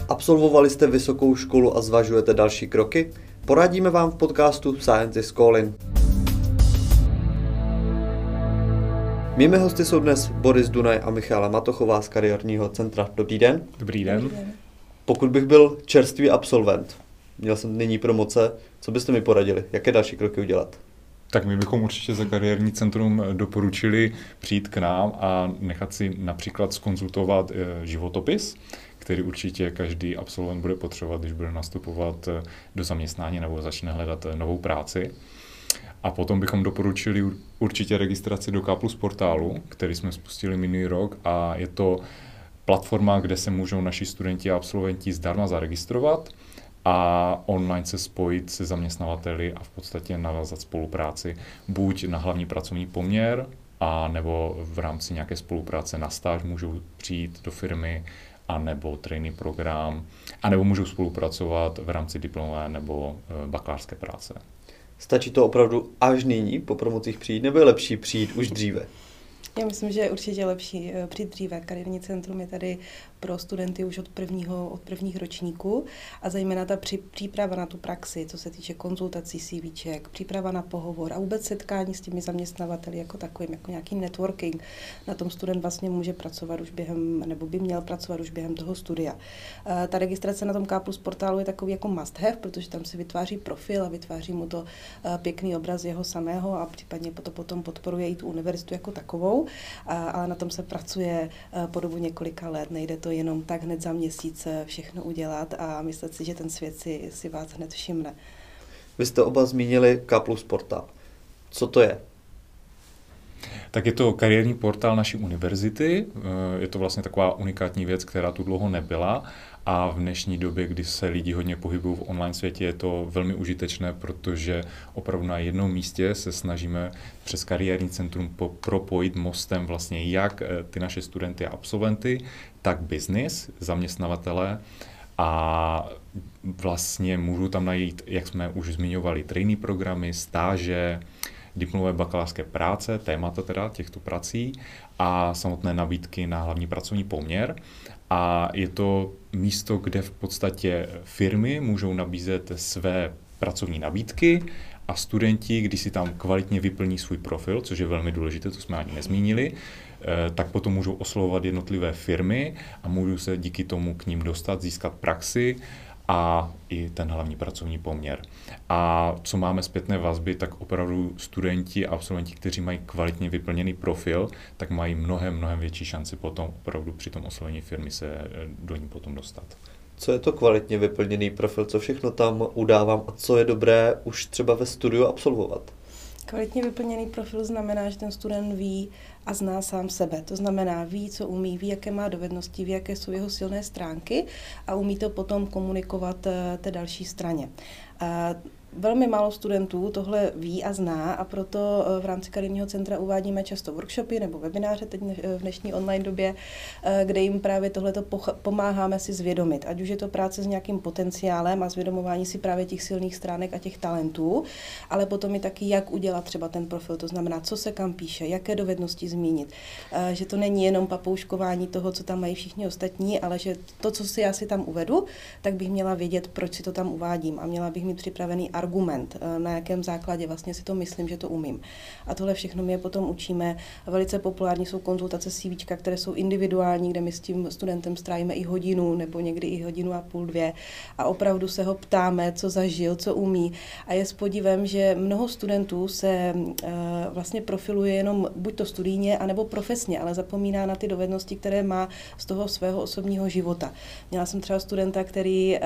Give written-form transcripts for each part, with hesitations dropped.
Absolvovali jste vysokou školu a zvažujete další kroky? Poradíme vám v podcastu Science is Calling. Mými hosty jsou dnes Boris Dunaj a Michála Matochová z kariérního centra. Dobrý den. Dobrý den. Pokud bych byl čerstvý absolvent, měl jsem nyní promoce, co byste mi poradili? Jaké další kroky udělat? Tak my bychom určitě za kariérní centrum doporučili přijít k nám a nechat si například zkonzultovat životopis, který určitě každý absolvent bude potřebovat, když bude nastupovat do zaměstnání nebo začne hledat novou práci. A potom bychom doporučili určitě registraci do K+ portálu, který jsme spustili minulý rok, a je to platforma, kde se můžou naši studenti a absolventi zdarma zaregistrovat a online se spojit se zaměstnavateli a v podstatě navázat spolupráci buď na hlavní pracovní poměr, a nebo v rámci nějaké spolupráce na stáž můžou přijít do firmy, a nebo trainee program, a nebo můžou spolupracovat v rámci diplomové nebo bakalářské práce. Stačí to opravdu až nyní po promocích přijít, nebo je lepší přijít už dříve? Já myslím, že je určitě lepší přijít dříve. Kariérní centrum je tady pro studenty už od prvních ročníků a zejména ta příprava na tu praxi, co se týče konzultací CVček, příprava na pohovor a vůbec setkání s těmi zaměstnavateli jako takovým, jako nějaký networking. Na tom student vlastně může pracovat už během, nebo by měl pracovat už během toho studia. Ta registrace na tom K+ portálu je takový jako must have, protože tam si vytváří profil a vytváří mu to pěkný obraz jeho samého a případně to potom podporuje i tu univerzitu jako takovou, ale na tom se pracuje po dobu několika let. Nejde to jenom tak hned za měsíc všechno udělat a myslet si, že ten svět si vás hned všimne. Vy jste oba zmínili K+ portál. Co to je? Tak je to kariérní portál naší univerzity. Je to vlastně taková unikátní věc, která tu dlouho nebyla. A v dnešní době, kdy se lidi hodně pohybují v online světě, je to velmi užitečné, protože opravdu na jednom místě se snažíme přes kariérní centrum propojit mostem vlastně jak ty naše studenty a absolventy, tak business, zaměstnavatele, a vlastně můžu tam najít, jak jsme už zmiňovali, trainee programy, stáže, diplomové bakalářské práce, témata teda těchto prací a samotné nabídky na hlavní pracovní poměr. A je to místo, kde v podstatě firmy můžou nabízet své pracovní nabídky a studenti, když si tam kvalitně vyplní svůj profil, což je velmi důležité, to jsme ani nezmínili, tak potom můžou oslovovat jednotlivé firmy a můžou se díky tomu k ním dostat, získat praxi a i ten hlavní pracovní poměr. A co máme zpětné vazby, tak opravdu studenti a absolventi, kteří mají kvalitně vyplněný profil, tak mají mnohem větší šanci potom opravdu při tom oslovení firmy se do ní potom dostat. Co je to kvalitně vyplněný profil, co všechno tam udávám a co je dobré už třeba ve studiu absolvovat? Kvalitně vyplněný profil znamená, že ten student ví a zná sám sebe. To znamená, ví, co umí, ví, jaké má dovednosti, ví, jaké jsou jeho silné stránky a umí to potom komunikovat té další straně. Velmi málo studentů tohle ví a zná a proto v rámci kariérního centra uvádíme často workshopy nebo webináře teď v dnešní online době, kde jim právě tohleto pomáháme si zvědomit. Ať už je to práce s nějakým potenciálem a zvědomování si právě těch silných stránek a těch talentů, ale potom i taky, jak udělat třeba ten profil, to znamená, co se kam píše, jaké dovednosti zmínit. Že to není jenom papouškování toho, co tam mají všichni ostatní, ale že to, co si já si tam uvedu, tak bych měla vědět, proč si to tam uvádím a měla bych mít připravený argument, na jakém základě vlastně si to myslím, že to umím. A tohle všechno my je potom učíme. Velice populární jsou konzultace CVčka, které jsou individuální, kde my s tím studentem strávíme i hodinu, nebo někdy i hodinu a půl, 2. A opravdu se ho ptáme, co zažil, co umí. A je s podivem, že mnoho studentů se vlastně profiluje jenom buď to studijně, anebo profesně, ale zapomíná na ty dovednosti, které má z toho svého osobního života. Měla jsem třeba studenta, který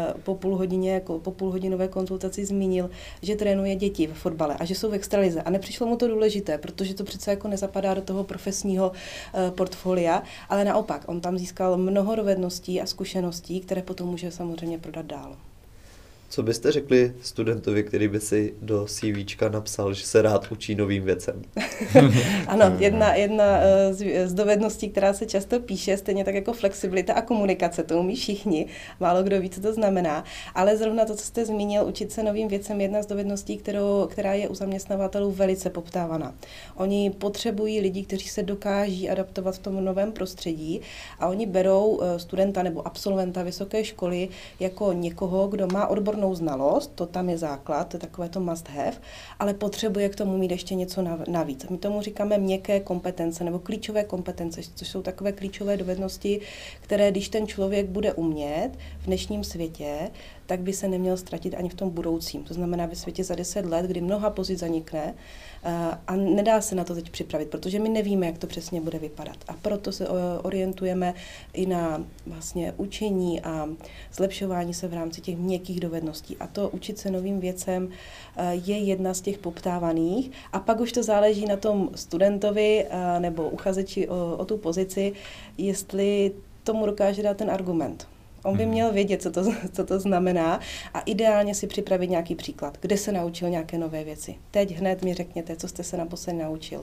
po půlhodinové konzultaci zmínil, že trénuje děti ve fotbale a že jsou v extralize. A nepřišlo mu to důležité, protože to přece jako nezapadá do toho profesního portfolia, ale naopak, on tam získal mnoho dovedností a zkušeností, které potom může samozřejmě prodat dál. Co byste řekli studentovi, který by si do CVčka napsal, že se rád učí novým věcem? Ano, jedna z dovedností, která se často píše, stejně tak jako flexibilita a komunikace, to umí všichni, málo kdo ví, co to znamená, ale zrovna to, co jste zmínil, učit se novým věcem, je jedna z dovedností, která je u zaměstnavatelů velice poptávaná. Oni potřebují lidi, kteří se dokáží adaptovat v tom novém prostředí a oni berou studenta nebo absolventa vysoké školy jako někoho, kdo má odbornou znalost, to tam je základ, to je takové to must have, ale potřebuje k tomu mít ještě něco navíc. My tomu říkáme měkké kompetence nebo klíčové kompetence, což jsou takové klíčové dovednosti, které když ten člověk bude umět v dnešním světě, tak by se neměl ztratit ani v tom budoucím. To znamená ve světě za 10 let, kdy mnoha pozic zanikne a nedá se na to teď připravit, protože my nevíme, jak to přesně bude vypadat. A proto se orientujeme i na vlastně učení a zlepšování se v rámci těch měkkých dovedností. A to učit se novým věcem je jedna z těch poptávaných. A pak už to záleží na tom studentovi nebo uchazeči o tu pozici, jestli tomu dokáže dát ten argument. On by měl vědět, co to znamená a ideálně si připravit nějaký příklad, kde se naučil nějaké nové věci. Teď hned mi řekněte, co jste se naposledy naučil.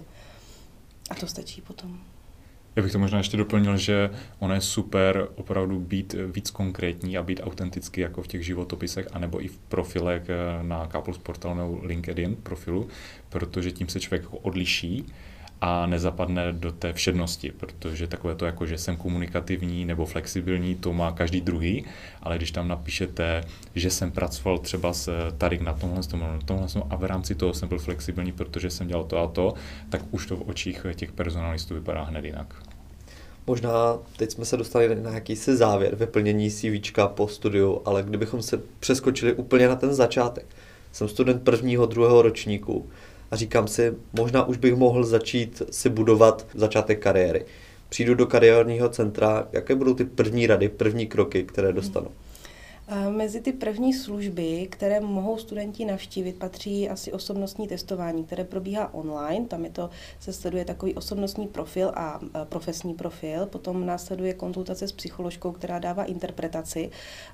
A to stačí potom. Já bych to možná ještě doplnil, že ono je super opravdu být víc konkrétní a být autentický jako v těch životopisech, anebo i v profilech na K+ portálu nebo LinkedIn profilu, protože tím se člověk odliší a nezapadne do té všednosti, protože takové to jako, že jsem komunikativní nebo flexibilní, to má každý druhý, ale když tam napíšete, že jsem pracoval třeba tady na tomhle a v rámci toho jsem byl flexibilní, protože jsem dělal to a to, tak už to v očích těch personalistů vypadá hned jinak. Možná teď jsme se dostali na jakýsi závěr vyplnění CVčka po studiu, ale kdybychom se přeskočili úplně na ten začátek. Jsem student 1., 2. ročníku a říkám si, možná už bych mohl začít si budovat začátek kariéry. Přijdu do kariérního centra, jaké budou ty první rady, první kroky, které dostanu? Mezi ty první služby, které mohou studenti navštívit, patří asi osobnostní testování, které probíhá online. Tam se sleduje takový osobnostní profil a profesní profil. Potom následuje konzultace s psycholožkou, která dává interpretaci,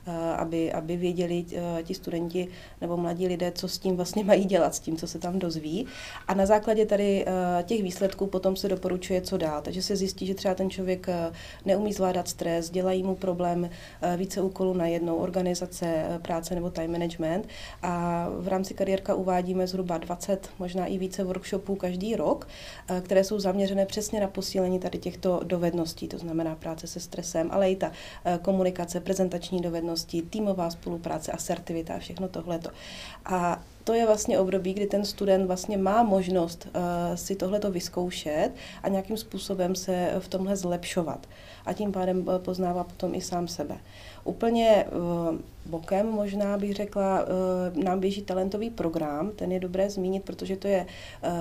aby věděli ti studenti nebo mladí lidé, co s tím vlastně mají dělat, s tím, co se tam dozví. A na základě tady těch výsledků potom se doporučuje, co dál. Takže se zjistí, že třeba ten člověk neumí zvládat stres, dělají mu problém více úkolů na jednou, organizace práce nebo time management a v rámci kariérka uvádíme zhruba 20, možná i více workshopů každý rok, které jsou zaměřené přesně na posílení tady těchto dovedností, to znamená práce se stresem, ale i ta komunikace, prezentační dovednosti, týmová spolupráce, asertivita a všechno tohleto. A to je vlastně období, kdy ten student vlastně má možnost si tohleto vyzkoušet a nějakým způsobem se v tomhle zlepšovat. A tím pádem poznává potom i sám sebe. Úplně bokem možná bych řekla, nám běží talentový program, ten je dobré zmínit, protože to je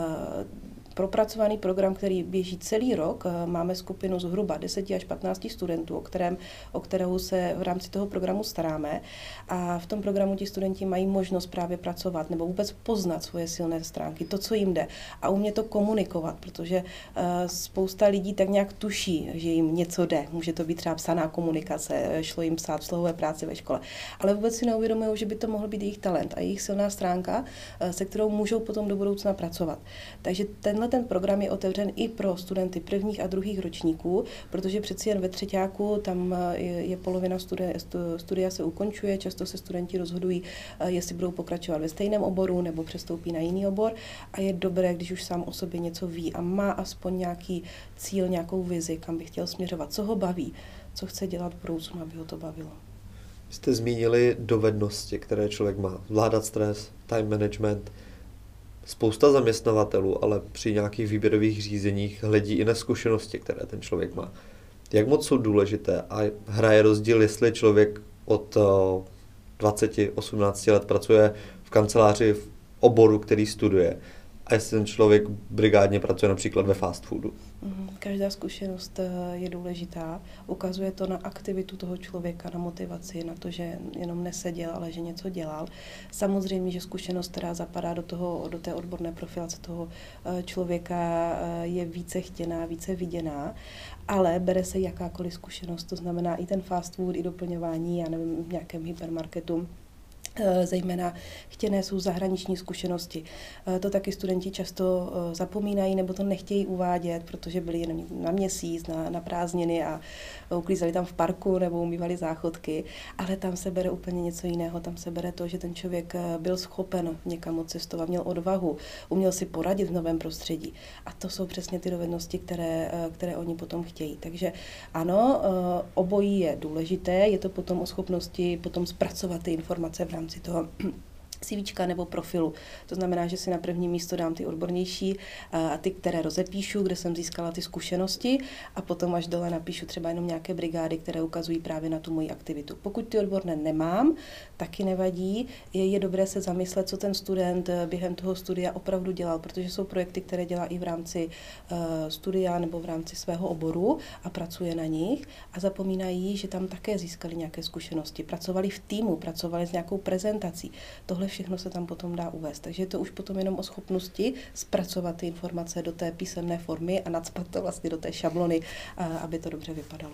propracovaný program, který běží celý rok. Máme skupinu zhruba 10 až 15 studentů, o kterou se v rámci toho programu staráme. A v tom programu ti studenti mají možnost právě pracovat nebo vůbec poznat svoje silné stránky, to, co jim jde. A umět to komunikovat, protože spousta lidí tak nějak tuší, že jim něco jde. Může to být třeba psaná komunikace, šlo jim psát vztahové práce ve škole. Ale vůbec si neuvědomují, že by to mohl být jejich talent a jejich silná stránka, se kterou můžou potom do budoucna pracovat. Takže ten program je otevřen i pro studenty 1. a 2. ročníků, protože přeci jen ve třeťáku tam je polovina studia se ukončuje, často se studenti rozhodují, jestli budou pokračovat ve stejném oboru nebo přestoupí na jiný obor a je dobré, když už sám o sobě něco ví a má aspoň nějaký cíl, nějakou vizi, kam by chtěl směřovat, co ho baví, co chce dělat v budoucnu, aby ho to bavilo. Jste zmínili dovednosti, které člověk má. Zvládat stres, time management. Spousta zaměstnavatelů, ale při nějakých výběrových řízeních hledí i na zkušenosti, které ten člověk má. Jak moc jsou důležité a hraje rozdíl, jestli člověk od 20-18 let pracuje v kanceláři v oboru, který studuje, a jestli ten člověk brigádně pracuje například ve fast foodu. Každá zkušenost je důležitá. Ukazuje to na aktivitu toho člověka, na motivaci, na to, že jenom neseděl, ale že něco dělal. Samozřejmě, že zkušenost, která zapadá do té odborné profilace toho člověka, je více chtěná, více viděná, ale bere se jakákoliv zkušenost, to znamená i ten fast food, i doplňování, já nevím, v nějakém hypermarketu, Zejména chtěné jsou zahraniční zkušenosti. To taky studenti často zapomínají nebo to nechtějí uvádět, protože byli jen na měsíc, na prázdniny a uklízeli tam v parku nebo umývali záchodky, ale tam se bere úplně něco jiného. Tam se bere to, že ten člověk byl schopen někam odcestovat, měl odvahu, uměl si poradit v novém prostředí. A to jsou přesně ty dovednosti, které oni potom chtějí. Takže ano, obojí je důležité, je to potom o schopnosti potom zpracovat ty informace v rámci toho CVčka nebo profilu. To znamená, že si na první místo dám ty odbornější a ty, které rozepíšu, kde jsem získala ty zkušenosti a potom až dole napíšu třeba jenom nějaké brigády, které ukazují právě na tu moji aktivitu. Pokud ty odborné nemám, taky nevadí. Je dobré se zamyslet, co ten student během toho studia opravdu dělal, protože jsou projekty, které dělá i v rámci studia nebo v rámci svého oboru a pracuje na nich a zapomínají, že tam také získali nějaké zkušenosti. Pracovali v týmu, pracovali s nějakou prezentací. Tohle všechno se tam potom dá uvést. Takže je to už potom jenom o schopnosti zpracovat ty informace do té písemné formy a nacpat to vlastně do té šablony, aby to dobře vypadalo.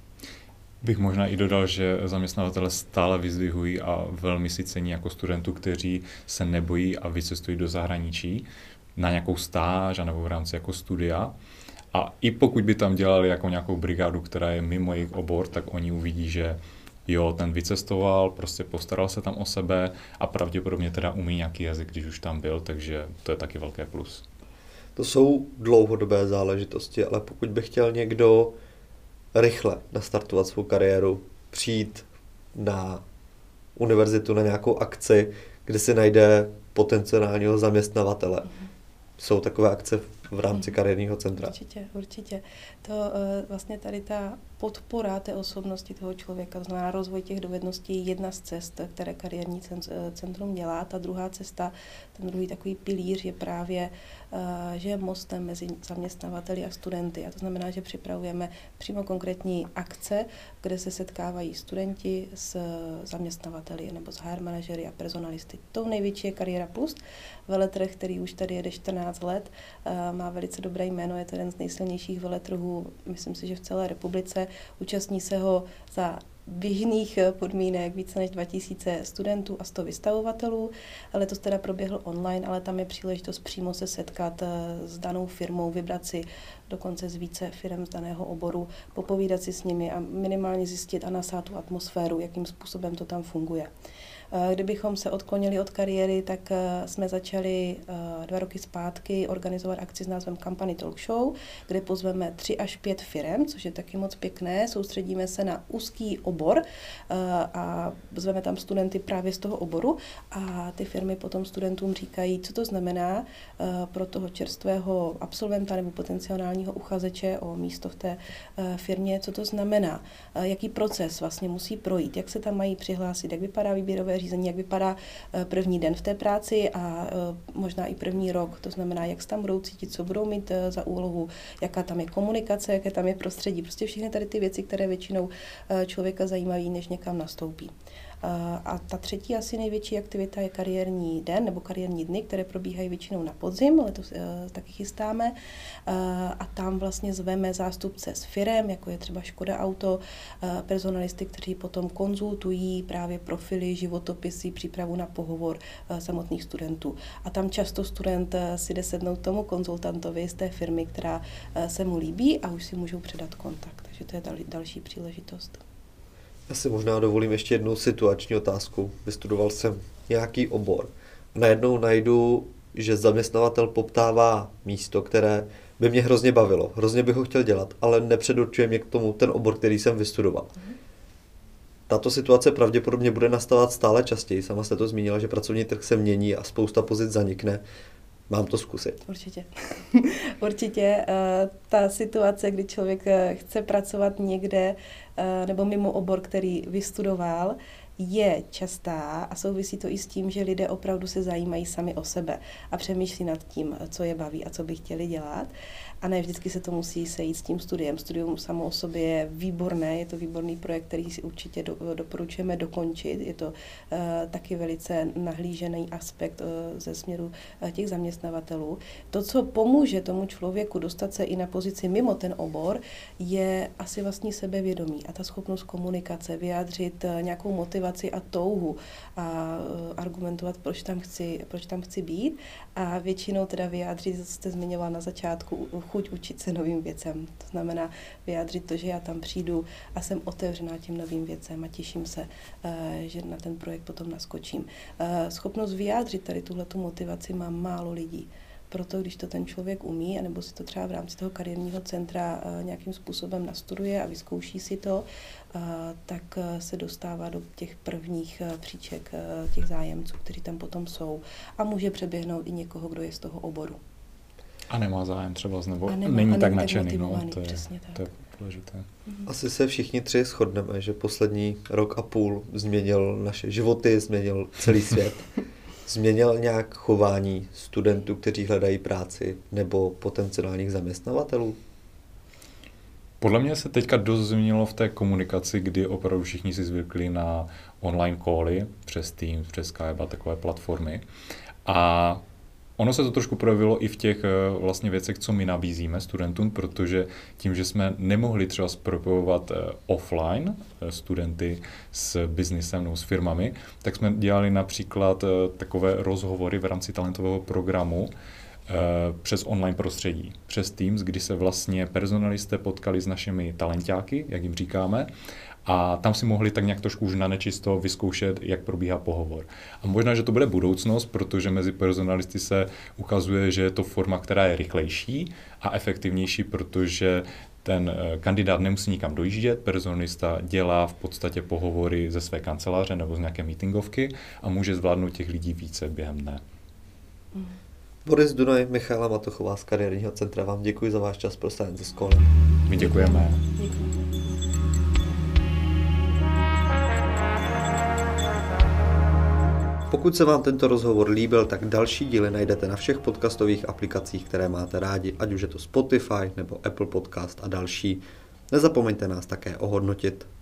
Bych možná i dodal, že zaměstnavatele stále vyzdvihují a velmi si cení jako studentů, kteří se nebojí a vycestují do zahraničí na nějakou stáž nebo v rámci jako studia. A i pokud by tam dělali jako nějakou brigádu, která je mimo jejich obor, tak oni uvidí, že jo, ten vycestoval, prostě postaral se tam o sebe a pravděpodobně teda umí nějaký jazyk, když už tam byl, takže to je taky velké plus. To jsou dlouhodobé záležitosti, ale pokud by chtěl někdo rychle nastartovat svou kariéru, přijít na univerzitu na nějakou akci, kde si najde potenciálního zaměstnavatele. Jsou takové akce v rámci kariérního centra? Určitě. To vlastně tady ta podpora té osobnosti toho člověka, to znamená rozvoj těch dovedností je jedna z cest, které kariérní centrum dělá. Ta druhá cesta, ten druhý takový pilíř je právě, že je mostem mezi zaměstnavateli a studenty. A to znamená, že připravujeme přímo konkrétní akce, kde se setkávají studenti s zaměstnavateli nebo s HR manažery a personalisty. Tou největší je Kariéra Plus, veletrh, který už tady jede 14 let, má velice dobré jméno, je to jeden z nejsilnějších veletrhů, myslím si, že v celé republice. Účastní se ho za běžných podmínek více než 2000 studentů a 100 vystavovatelů. Letos teda proběhl online, ale tam je příležitost přímo se setkat s danou firmou, vybrat si dokonce z více firm z daného oboru, popovídat si s nimi a minimálně zjistit a nasát tu atmosféru, jakým způsobem to tam funguje. Kdybychom se odklonili od kariéry, tak jsme začali 2 roky zpátky organizovat akci s názvem Company Talk Show, kde pozveme 3 až 5 firem, což je taky moc pěkné. Soustředíme se na úzký obor a zveme tam studenty právě z toho oboru a ty firmy potom studentům říkají, co to znamená pro toho čerstvého absolventa nebo potenciálního uchazeče o místo v té firmě, co to znamená, jaký proces vlastně musí projít, jak se tam mají přihlásit, jak vypadá výběrové řízení, jak vypadá první den v té práci a možná i první rok. To znamená, jak se tam budou cítit, co budou mít za úlohu, jaká tam je komunikace, jaké tam je prostředí. Prostě všechny tady ty věci, které většinou člověka zajímají, než někam nastoupí. A ta třetí asi největší aktivita je kariérní den nebo kariérní dny, které probíhají většinou na podzim, letos taky chystáme. A tam vlastně zveme zástupce s firem, jako je třeba Škoda Auto, personalisty, kteří potom konzultují právě profily, životopisy, přípravu na pohovor samotných studentů. A tam často student si jde sednout tomu konzultantovi z té firmy, která se mu líbí a už si můžou předat kontakt. Takže to je další příležitost. Já si možná dovolím ještě jednu situační otázku. Vystudoval jsem nějaký obor. Najednou najdu, že zaměstnavatel poptává místo, které by mě hrozně bavilo. Hrozně bych ho chtěl dělat, ale nepředurčuje mě k tomu ten obor, který jsem vystudoval. Tato situace pravděpodobně bude nastávat stále častěji. Sama jste to zmínila, že pracovní trh se mění a spousta pozic zanikne. Mám to zkusit. Určitě. Určitě ta situace, kdy člověk chce pracovat někde nebo mimo obor, který vystudoval, je častá a souvisí to i s tím, že lidé opravdu se zajímají sami o sebe a přemýšlí nad tím, co je baví a co by chtěli dělat. a ne vždycky se to musí sejít s tím studiem. Studium samo o sobě je výborné, je to výborný projekt, který si určitě doporučujeme dokončit. Je to taky velice nahlížený aspekt ze směru těch zaměstnavatelů. To, co pomůže tomu člověku dostat se i na pozici mimo ten obor, je asi vlastní sebevědomí a ta schopnost komunikace, vyjádřit nějakou motivaci a touhu a argumentovat, proč tam chci být a většinou teda vyjádřit, co jste zmiňovala na začátku, chuť učit se novým věcem. To znamená vyjádřit to, že já tam přijdu a jsem otevřená těm novým věcem a těším se, že na ten projekt potom naskočím. Schopnost vyjádřit tady tuhletu motivaci má málo lidí. Proto, když to ten člověk umí, anebo si to třeba v rámci toho kariérního centra nějakým způsobem nastuduje a vyzkouší si to, tak se dostává do těch prvních příček těch zájemců, kteří tam potom jsou a může přeběhnout i někoho, kdo je z toho oboru. A nemá zájem třeba, nebo není tak nadšený. To je důležité. Asi se všichni tři shodneme, že poslední rok a půl změnil naše životy, změnil celý svět. Změnil nějak chování studentů, kteří hledají práci, nebo potenciálních zaměstnavatelů? Podle mě se teďka dost změnilo v té komunikaci, kdy opravdu všichni si zvykli na online cally přes Teams, přes Skype a takové platformy. A ono se to trošku projevilo i v těch vlastně věcech, co my nabízíme studentům, protože tím, že jsme nemohli třeba propojovat offline studenty s biznisem nebo s firmami, tak jsme dělali například takové rozhovory v rámci talentového programu přes online prostředí, přes Teams, kdy se vlastně personalisté potkali s našimi talentáky, jak jim říkáme, a tam si mohli tak nějak trošku už na nečisto vyzkoušet, jak probíhá pohovor. A možná, že to bude budoucnost, protože mezi personalisty se ukazuje, že je to forma, která je rychlejší a efektivnější, protože ten kandidát nemusí nikam dojíždět, personalista dělá v podstatě pohovory ze své kanceláře nebo z nějaké meetingovky a může zvládnout těch lidí více během dne. Boris Dunaj, Michaela Matochová z kariérního centra, vám děkuji za váš čas pro Science s Kolem. My děkujeme. Pokud se vám tento rozhovor líbil, tak další díly najdete na všech podcastových aplikacích, které máte rádi, ať už je to Spotify nebo Apple Podcast a další. Nezapomeňte nás také ohodnotit.